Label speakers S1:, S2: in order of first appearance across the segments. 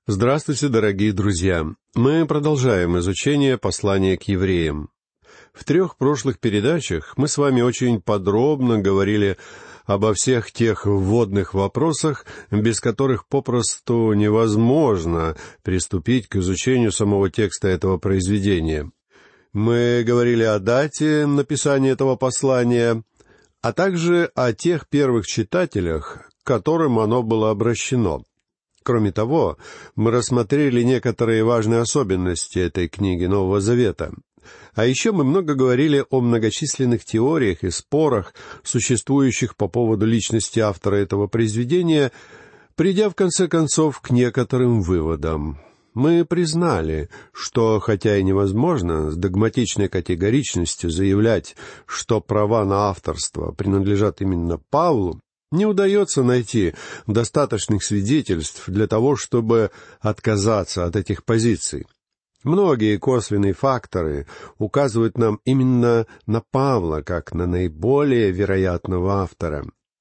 S1: Здравствуйте, дорогие друзья! Мы продолжаем изучение послания к евреям. В 3 прошлых передачах мы с вами очень подробно говорили обо всех тех вводных вопросах, без которых попросту невозможно приступить к изучению самого текста этого произведения. Мы говорили о дате написания этого послания, а также о тех первых читателях, к которым оно было обращено. Кроме того, мы рассмотрели некоторые важные особенности этой книги Нового Завета. А еще мы много говорили о многочисленных теориях и спорах, существующих по поводу личности автора этого произведения, придя в конце концов к некоторым выводам. Мы признали, что, хотя и невозможно с догматичной категоричностью заявлять, что права на авторство принадлежат именно Павлу, не удается найти достаточных свидетельств для того, чтобы отказаться от этих позиций. Многие косвенные факторы указывают нам именно на Павла, как на наиболее вероятного автора.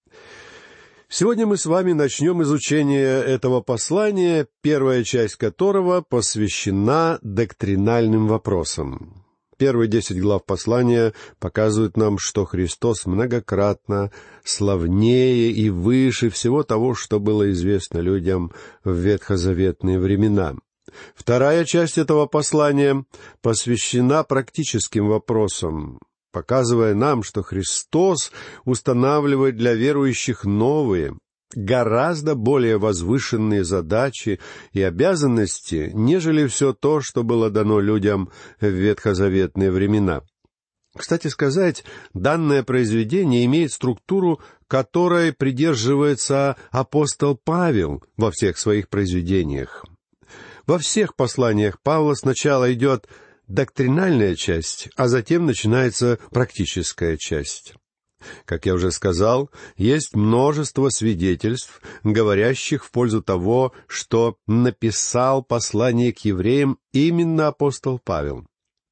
S1: Сегодня мы с вами начнем изучение этого послания, первая часть которого посвящена доктринальным вопросам. Первые 10 глав послания показывают нам, что Христос многократно славнее и выше всего того, что было известно людям в ветхозаветные времена. Вторая часть этого послания посвящена практическим вопросам, показывая нам, что Христос устанавливает для верующих новые, гораздо более возвышенные задачи и обязанности, нежели все то, что было дано людям в ветхозаветные времена. Кстати сказать, данное произведение имеет структуру, которой придерживается апостол Павел во всех своих произведениях. Во всех посланиях Павла сначала идет доктринальная часть, а затем начинается практическая часть. Как я уже сказал, есть множество свидетельств, говорящих в пользу того, что написал послание к евреям именно апостол Павел.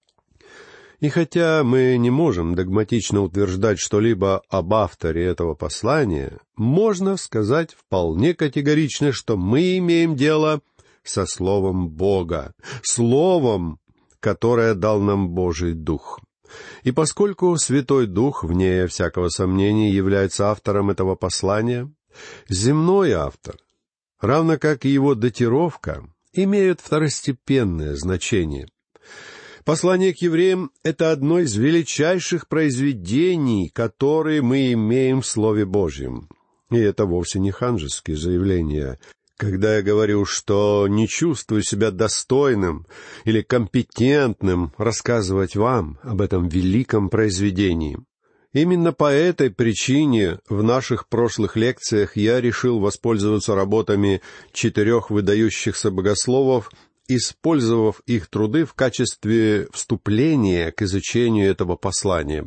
S1: И хотя мы не можем догматично утверждать что-либо об авторе этого послания, можно сказать вполне категорично, что мы имеем дело со Словом Бога, Словом, которое дал нам Божий Дух. И поскольку Святой Дух, вне всякого сомнения, является автором этого послания, земной автор, равно как и его датировка, имеют второстепенное значение. Послание к евреям — это одно из величайших произведений, которые мы имеем в Слове Божьем. И это вовсе не ханжеские заявления. Когда я говорю, что не чувствую себя достойным или компетентным рассказывать вам об этом великом произведении. Именно по этой причине в наших прошлых лекциях я решил воспользоваться работами 4 выдающихся богословов, использовав их труды в качестве вступления к изучению этого послания.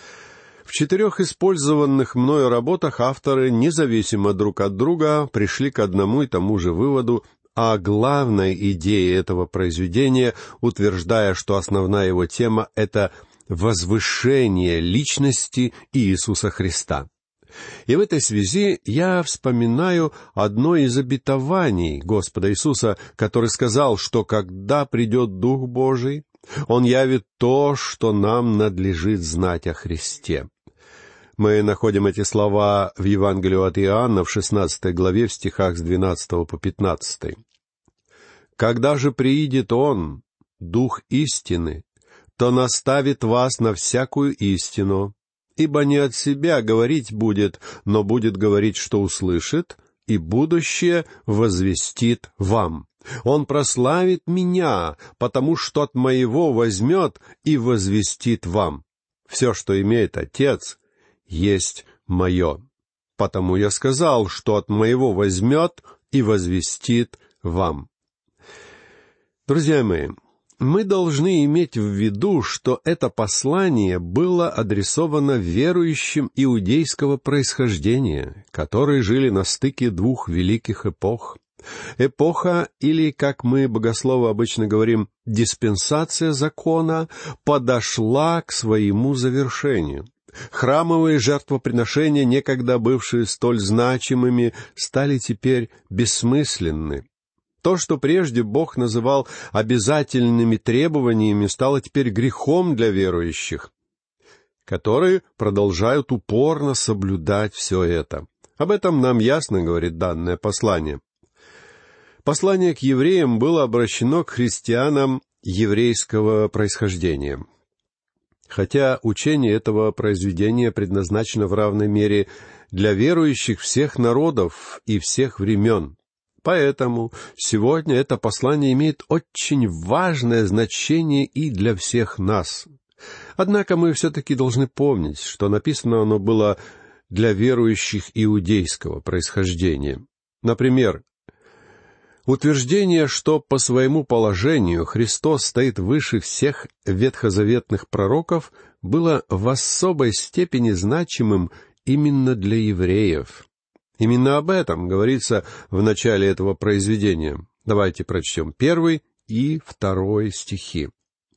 S1: В 4 использованных мною работах авторы, независимо друг от друга, пришли к одному и тому же выводу о главной идее этого произведения, утверждая, что основная его тема — это возвышение личности Иисуса Христа. И в этой связи я вспоминаю одно из обетований Господа Иисуса, который сказал, что когда придет Дух Божий, Он явит то, что нам надлежит знать о Христе. Мы находим эти слова в Евангелии от Иоанна в 16 главе в стихах с 12 по 15. «Когда же приидет Он, Дух истины, то наставит вас на всякую истину, ибо не от себя говорить будет, но будет говорить, что услышит, и будущее возвестит вам. Он прославит Меня, потому что от Моего возьмет и возвестит вам. Все, что имеет Отец, есть Мое. Потому я сказал, что от Моего возьмет и возвестит вам». Друзья мои, мы должны иметь в виду, что это послание было адресовано верующим иудейского происхождения, которые жили на стыке 2 великих эпох. Эпоха, или, как мы, богословы, обычно говорим, диспенсация закона, подошла к своему завершению. Храмовые жертвоприношения, некогда бывшие столь значимыми, стали теперь бессмысленны. То, что прежде Бог называл обязательными требованиями, стало теперь грехом для верующих, которые продолжают упорно соблюдать все это. Об этом нам ясно говорит данное послание. Послание к евреям было обращено к христианам еврейского происхождения. Хотя учение этого произведения предназначено в равной мере для верующих всех народов и всех времен. Поэтому сегодня это послание имеет очень важное значение и для всех нас. Однако мы все-таки должны помнить, что написано оно было для верующих иудейского происхождения. Например, утверждение, что по своему положению Христос стоит выше всех ветхозаветных пророков, было в особой степени значимым именно для евреев. Именно об этом говорится в начале этого произведения. Давайте прочтем 1 и 2 стихи.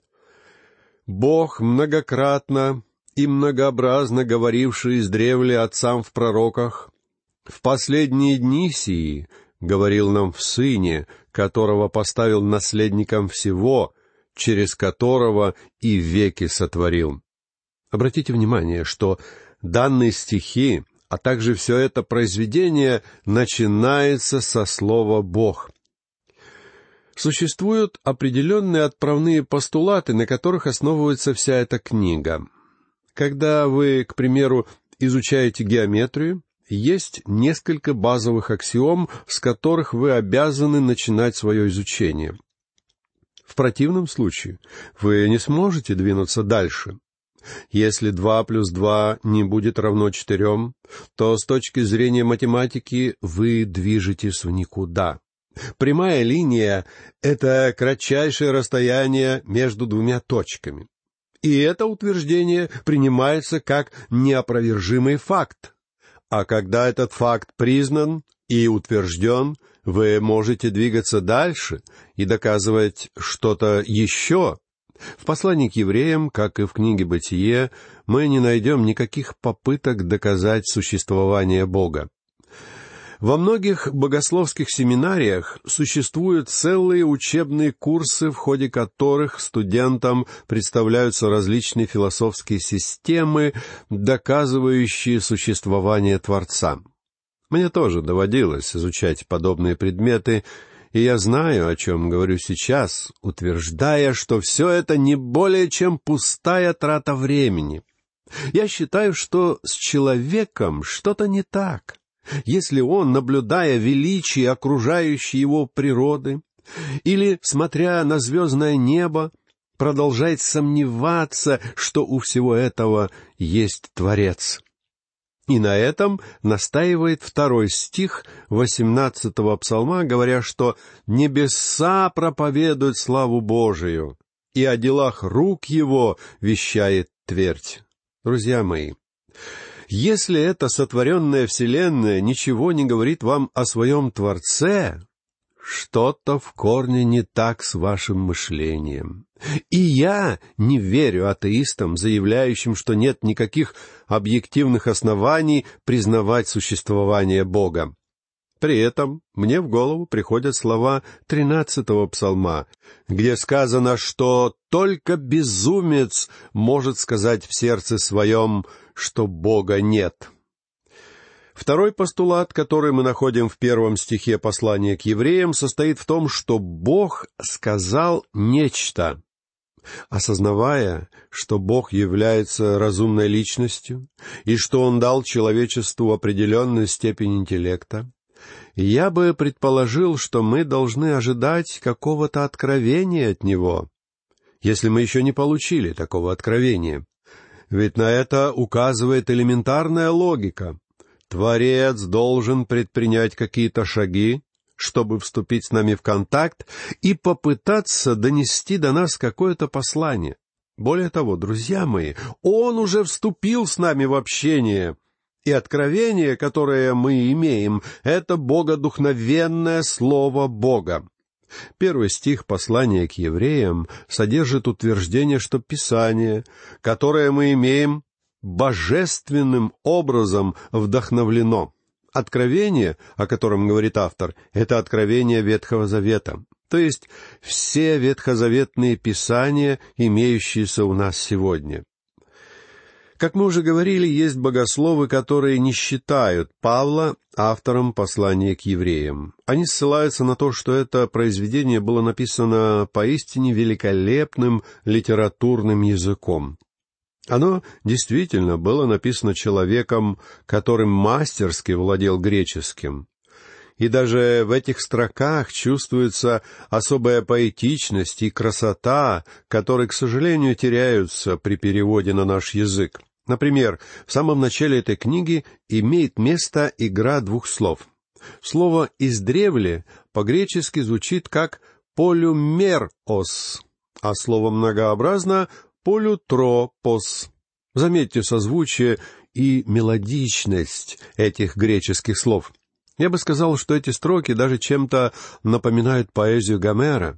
S1: «Бог, многократно и многообразно говоривший издревле отцам в пророках, в последние дни сии говорил нам в Сыне, которого поставил наследником всего, через которого и веки сотворил». Обратите внимание, что данные стихи, а также все это произведение начинается со слова «Бог». Существуют определенные отправные постулаты, на которых основывается вся эта книга. Когда вы, к примеру, изучаете геометрию, есть несколько базовых аксиом, с которых вы обязаны начинать свое изучение. В противном случае вы не сможете двинуться дальше. Если 2 плюс 2 не будет равно 4, то с точки зрения математики вы движетесь в никуда. Прямая линия — это кратчайшее расстояние между двумя точками. И это утверждение принимается как неопровержимый факт. А когда этот факт признан и утвержден, вы можете двигаться дальше и доказывать что-то еще. В послании к евреям, как и в книге «Бытие», мы не найдем никаких попыток доказать существование Бога. Во многих богословских семинариях существуют целые учебные курсы, в ходе которых студентам представляются различные философские системы, доказывающие существование Творца. Мне тоже доводилось изучать подобные предметы, и я знаю, о чем говорю сейчас, утверждая, что все это не более чем пустая трата времени. Я считаю, что с человеком что-то не так, если он, наблюдая величие окружающей его природы, или, смотря на звездное небо, продолжает сомневаться, что у всего этого есть Творец. И на этом настаивает 2 стих 18 псалма, говоря, что «небеса проповедуют славу Божию, и о делах рук его вещает твердь». Друзья мои, если эта сотворенная вселенная ничего не говорит вам о своем Творце, что-то в корне не так с вашим мышлением. И я не верю атеистам, заявляющим, что нет никаких объективных оснований признавать существование Бога. При этом мне в голову приходят слова 13 псалма, где сказано, что только безумец может сказать в сердце своем, что Бога нет. Второй постулат, который мы находим в 1 стихе послания к евреям, состоит в том, что Бог сказал нечто. Осознавая, что Бог является разумной личностью и что Он дал человечеству определенную степень интеллекта, я бы предположил, что мы должны ожидать какого-то откровения от Него, если мы еще не получили такого откровения. Ведь на это указывает элементарная логика. Творец должен предпринять какие-то шаги, чтобы вступить с нами в контакт и попытаться донести до нас какое-то послание. Более того, друзья мои, Он уже вступил с нами в общение, и откровение, которое мы имеем, — это богодухновенное Слово Бога. 1 стих послания к евреям содержит утверждение, что Писание, которое мы имеем, божественным образом вдохновлено. Откровение, о котором говорит автор, это откровение Ветхого Завета, то есть все ветхозаветные писания, имеющиеся у нас сегодня. Как мы уже говорили, есть богословы, которые не считают Павла автором послания к евреям. Они ссылаются на то, что это произведение было написано поистине великолепным литературным языком. Оно действительно было написано человеком, который мастерски владел греческим. И даже в этих строках чувствуется особая поэтичность и красота, которые, к сожалению, теряются при переводе на наш язык. Например, в самом начале этой книги имеет место игра двух слов. Слово «издревле» по-гречески звучит как «полюмерос», а слово «многообразно» — «полютропос». Заметьте созвучие и мелодичность этих греческих слов. Я бы сказал, что эти строки даже чем-то напоминают поэзию Гомера.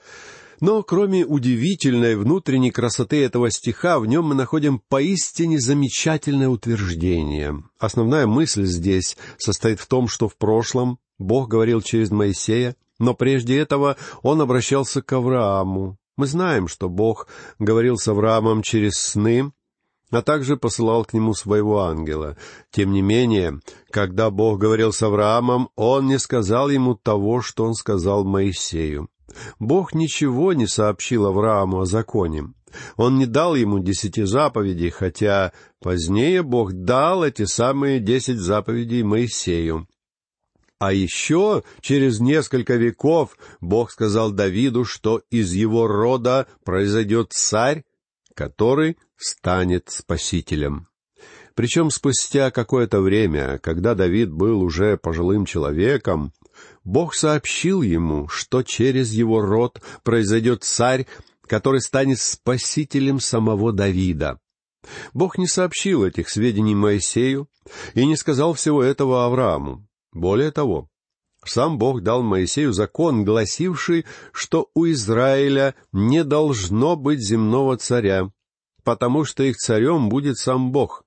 S1: Но кроме удивительной внутренней красоты этого стиха, в нем мы находим поистине замечательное утверждение. Основная мысль здесь состоит в том, что в прошлом Бог говорил через Моисея, но прежде этого Он обращался к Аврааму. Мы знаем, что Бог говорил с Авраамом через сны, а также посылал к нему своего ангела. Тем не менее, когда Бог говорил с Авраамом, Он не сказал ему того, что Он сказал Моисею. Бог ничего не сообщил Аврааму о законе. Он не дал ему 10 заповедей, хотя позднее Бог дал эти самые 10 заповедей Моисею. А еще через несколько веков Бог сказал Давиду, что из его рода произойдет царь, который станет спасителем. Причем спустя какое-то время, когда Давид был уже пожилым человеком, Бог сообщил ему, что через его род произойдет царь, который станет спасителем самого Давида. Бог не сообщил этих сведений Моисею и не сказал всего этого Аврааму. Более того, сам Бог дал Моисею закон, гласивший, что у Израиля не должно быть земного царя, потому что их царем будет сам Бог.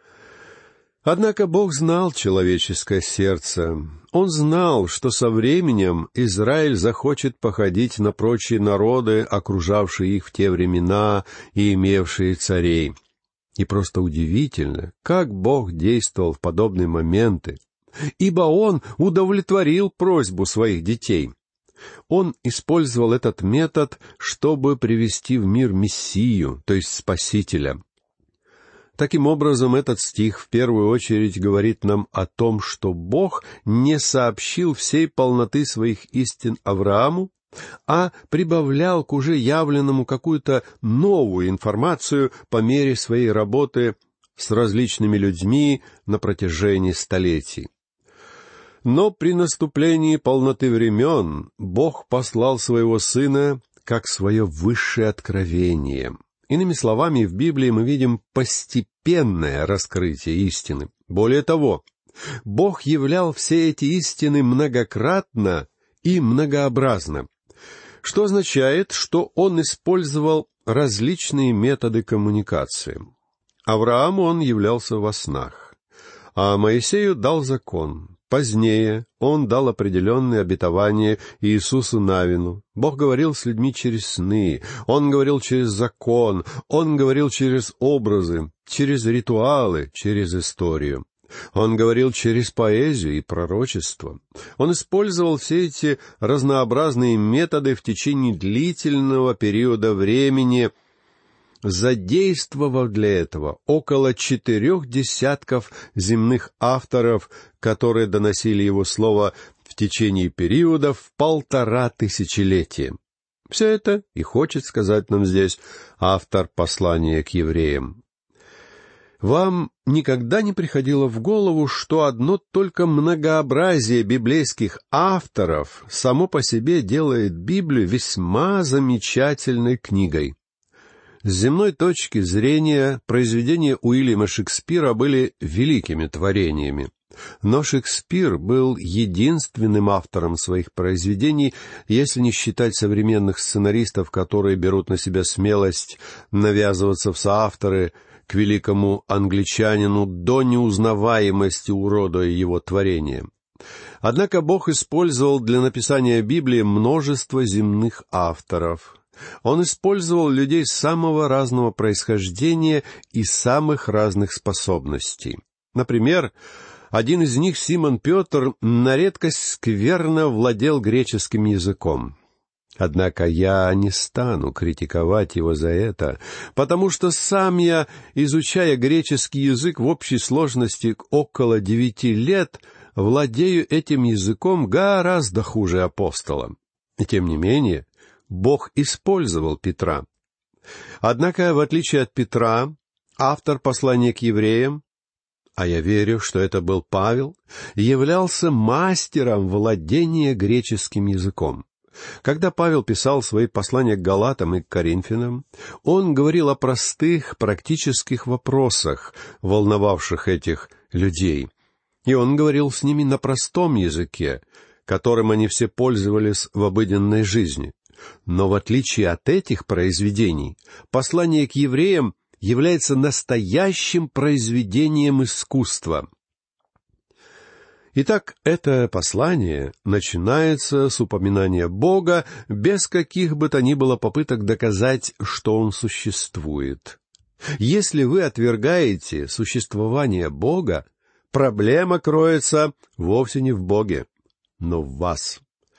S1: Однако Бог знал человеческое сердце. Он знал, что со временем Израиль захочет походить на прочие народы, окружавшие их в те времена и имевшие царей. И просто удивительно, как Бог действовал в подобные моменты, ибо Он удовлетворил просьбу своих детей. Он использовал этот метод, чтобы привести в мир Мессию, то есть Спасителя. Таким образом, этот стих в первую очередь говорит нам о том, что Бог не сообщил всей полноты своих истин Аврааму, а прибавлял к уже явленному какую-то новую информацию по мере своей работы с различными людьми на протяжении столетий. Но при наступлении полноты времен Бог послал своего Сына как свое высшее откровение. Иными словами, в Библии мы видим постепенное раскрытие истины. Более того, Бог являл все эти истины многократно и многообразно, что означает, что Он использовал различные методы коммуникации. Аврааму Он являлся во снах, а Моисею дал закон. Позднее Он дал определенные обетования Иисусу Навину. Бог говорил с людьми через сны, Он говорил через закон, Он говорил через образы, через ритуалы, через историю. Он говорил через поэзию и пророчество. Он использовал все эти разнообразные методы в течение длительного периода времени, задействовав для этого около 4 десятков земных авторов, которые доносили его слово в течение периодов в 1,5 тысячелетия. Все это и хочет сказать нам здесь автор послания к евреям. Вам никогда не приходило в голову, что одно только многообразие библейских авторов само по себе делает Библию весьма замечательной книгой? С земной точки зрения произведения Уильяма Шекспира были великими творениями. Но Шекспир был единственным автором своих произведений, если не считать современных сценаристов, которые берут на себя смелость навязываться в соавторы к к великому англичанину до неузнаваемости, уродуя его творение. Однако Бог использовал для написания Библии множество земных авторов. Он использовал людей самого разного происхождения и самых разных способностей. Например, один из них, Симон Петр, на редкость скверно владел греческим языком. Однако я не стану критиковать его за это, потому что сам я, изучая греческий язык в общей сложности около 9 лет, владею этим языком гораздо хуже апостола. И тем не менее, Бог использовал Петра. Однако, в отличие от Петра, автор послания к евреям, а я верю, что это был Павел, являлся мастером владения греческим языком. Когда Павел писал свои послания к Галатам и к Коринфянам, он говорил о простых, практических вопросах, волновавших этих людей. И он говорил с ними на простом языке, которым они все пользовались в обыденной жизни. Но в отличие от этих произведений, послание к евреям является настоящим произведением искусства. Итак, это послание начинается с упоминания Бога без каких бы то ни было попыток доказать, что Он существует. Если вы отвергаете существование Бога, проблема кроется вовсе не в Боге, но в вас.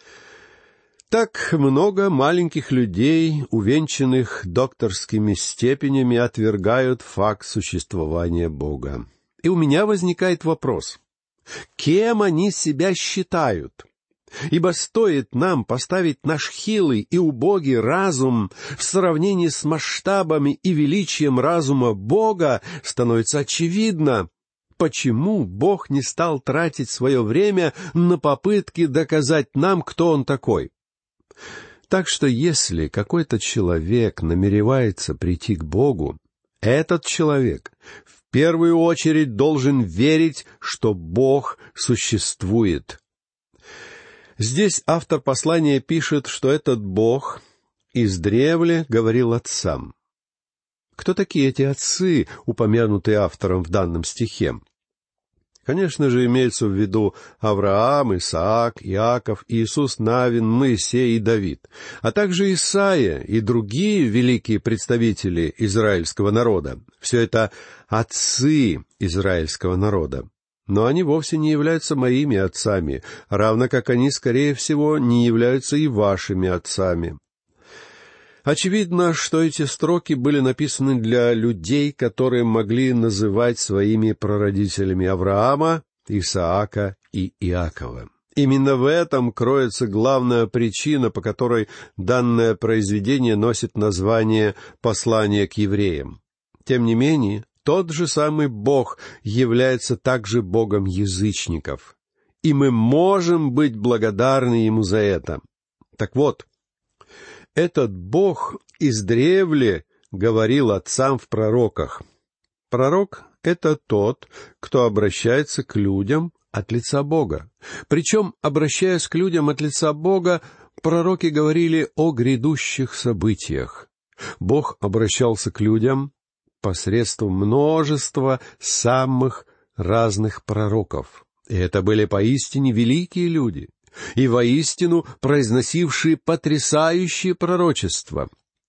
S1: Так много маленьких людей, увенчанных докторскими степенями, отвергают факт существования Бога. И у меня возникает вопрос: кем они себя считают? Ибо стоит нам поставить наш хилый и убогий разум в сравнении с масштабами и величием разума Бога, становится очевидно, почему Бог не стал тратить свое время на попытки доказать нам, кто Он такой. Так что если какой-то человек намеревается прийти к Богу, этот человек в первую очередь должен верить, что Бог существует. Здесь автор послания пишет, что этот Бог издревле говорил отцам. Кто такие эти отцы, упомянутые автором в данном стихе? Конечно же, имеется в виду Авраам, Исаак, Иаков, Иисус Навин, Моисей и Давид, а также Исаия и другие великие представители израильского народа. Все это отцы израильского народа. Но они вовсе не являются моими отцами, равно как они, скорее всего, не являются и вашими отцами. Очевидно, что эти строки были написаны для людей, которые могли называть своими прародителями Авраама, Исаака и Иакова. Именно в этом кроется главная причина, по которой данное произведение носит название «Послание к евреям». Тем не менее, тот же самый Бог является также Богом язычников, и мы можем быть благодарны Ему за это. Так вот, этот Бог издревле говорил отцам в пророках. Пророк — это тот, кто обращается к людям от лица Бога. Причем, обращаясь к людям от лица Бога, пророки говорили о грядущих событиях. Бог обращался к людям посредством множества самых разных пророков. И это были поистине великие люди, и воистину произносившие потрясающие пророчества.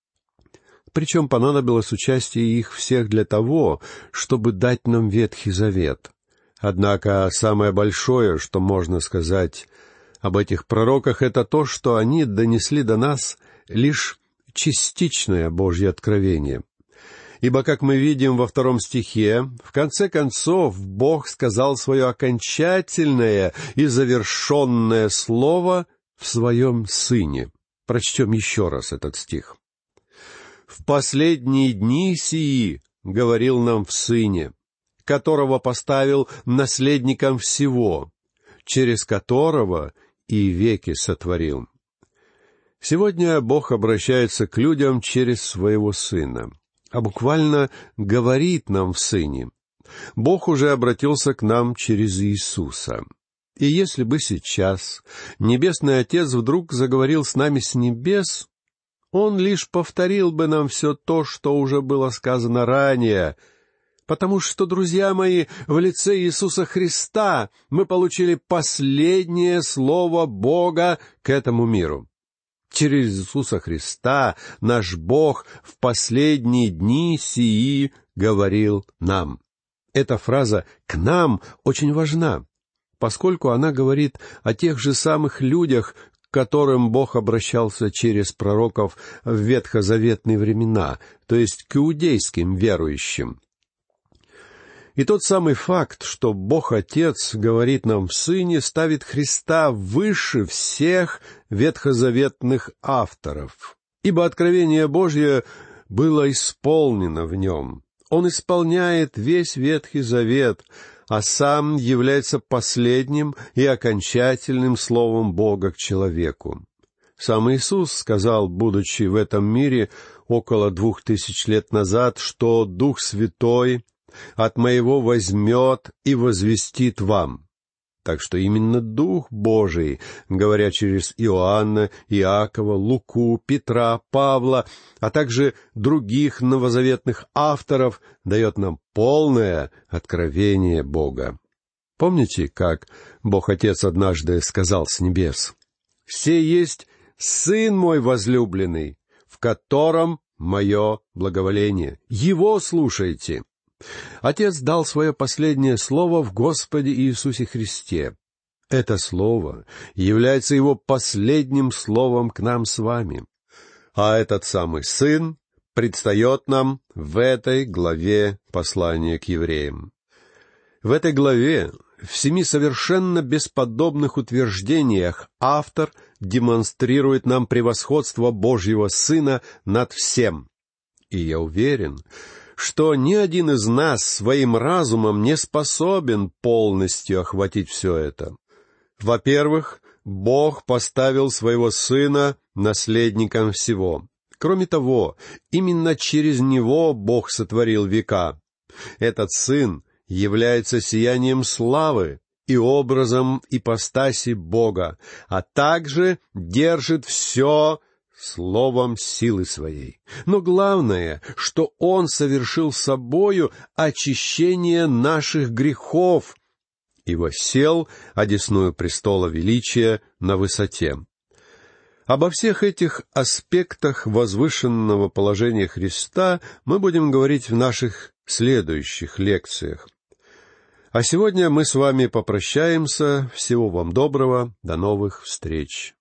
S1: Причем понадобилось участие их всех для того, чтобы дать нам Ветхий Завет. Однако самое большое, что можно сказать об этих пророках, это то, что они донесли до нас лишь частичное Божье откровение. Ибо, как мы видим во 2 стихе, в конце концов Бог сказал свое окончательное и завершенное слово в Своем Сыне. Прочтем еще раз этот стих. «В последние дни сии, — говорил нам в Сыне, которого поставил наследником всего, через которого и веки сотворил». Сегодня Бог обращается к людям через Своего Сына, а буквально говорит нам в Сыне. Бог уже обратился к нам через Иисуса. И если бы сейчас Небесный Отец вдруг заговорил с нами с небес, Он лишь повторил бы нам все то, что уже было сказано ранее, Потому что, друзья мои, в лице Иисуса Христа мы получили последнее слово Бога к этому миру. Через Иисуса Христа наш Бог в последние дни сии говорил нам. Эта фраза «к нам» очень важна, поскольку она говорит о тех же самых людях, к которым Бог обращался через пророков в ветхозаветные времена, то есть к иудейским верующим. И тот самый факт, что Бог Отец говорит нам в Сыне, ставит Христа выше всех ветхозаветных авторов, ибо откровение Божье было исполнено в нем. Он исполняет весь Ветхий Завет, а сам является последним и окончательным словом Бога к человеку. Сам Иисус сказал, будучи в этом мире около 2000 лет назад, что Дух Святой от Моего возьмет и возвестит вам. Так что именно Дух Божий, говоря через Иоанна, Иакова, Луку, Петра, Павла, а также других новозаветных авторов, дает нам полное откровение Бога. Помните, как Бог Отец однажды сказал с небес: «Се есть Сын мой возлюбленный, в котором мое благоволение. Его слушайте». Отец дал свое последнее слово в Господе Иисусе Христе. Это слово является Его последним словом к нам с вами. А этот самый Сын предстает нам в этой главе послания к евреям. В этой главе, в 7 совершенно бесподобных утверждениях, автор демонстрирует нам превосходство Божьего Сына над всем. И я уверен, что ни один из нас своим разумом не способен полностью охватить все это. Во-первых, Бог поставил своего Сына наследником всего. Кроме того, именно через Него Бог сотворил века. Этот Сын является сиянием славы и образом ипостаси Бога, а также держит все словом силы своей. Но главное, что Он совершил собою очищение наших грехов и воссел одесную престола величия на высоте. Обо всех этих аспектах возвышенного положения Христа мы будем говорить в наших следующих лекциях. А сегодня мы с вами попрощаемся. Всего вам доброго. До новых встреч.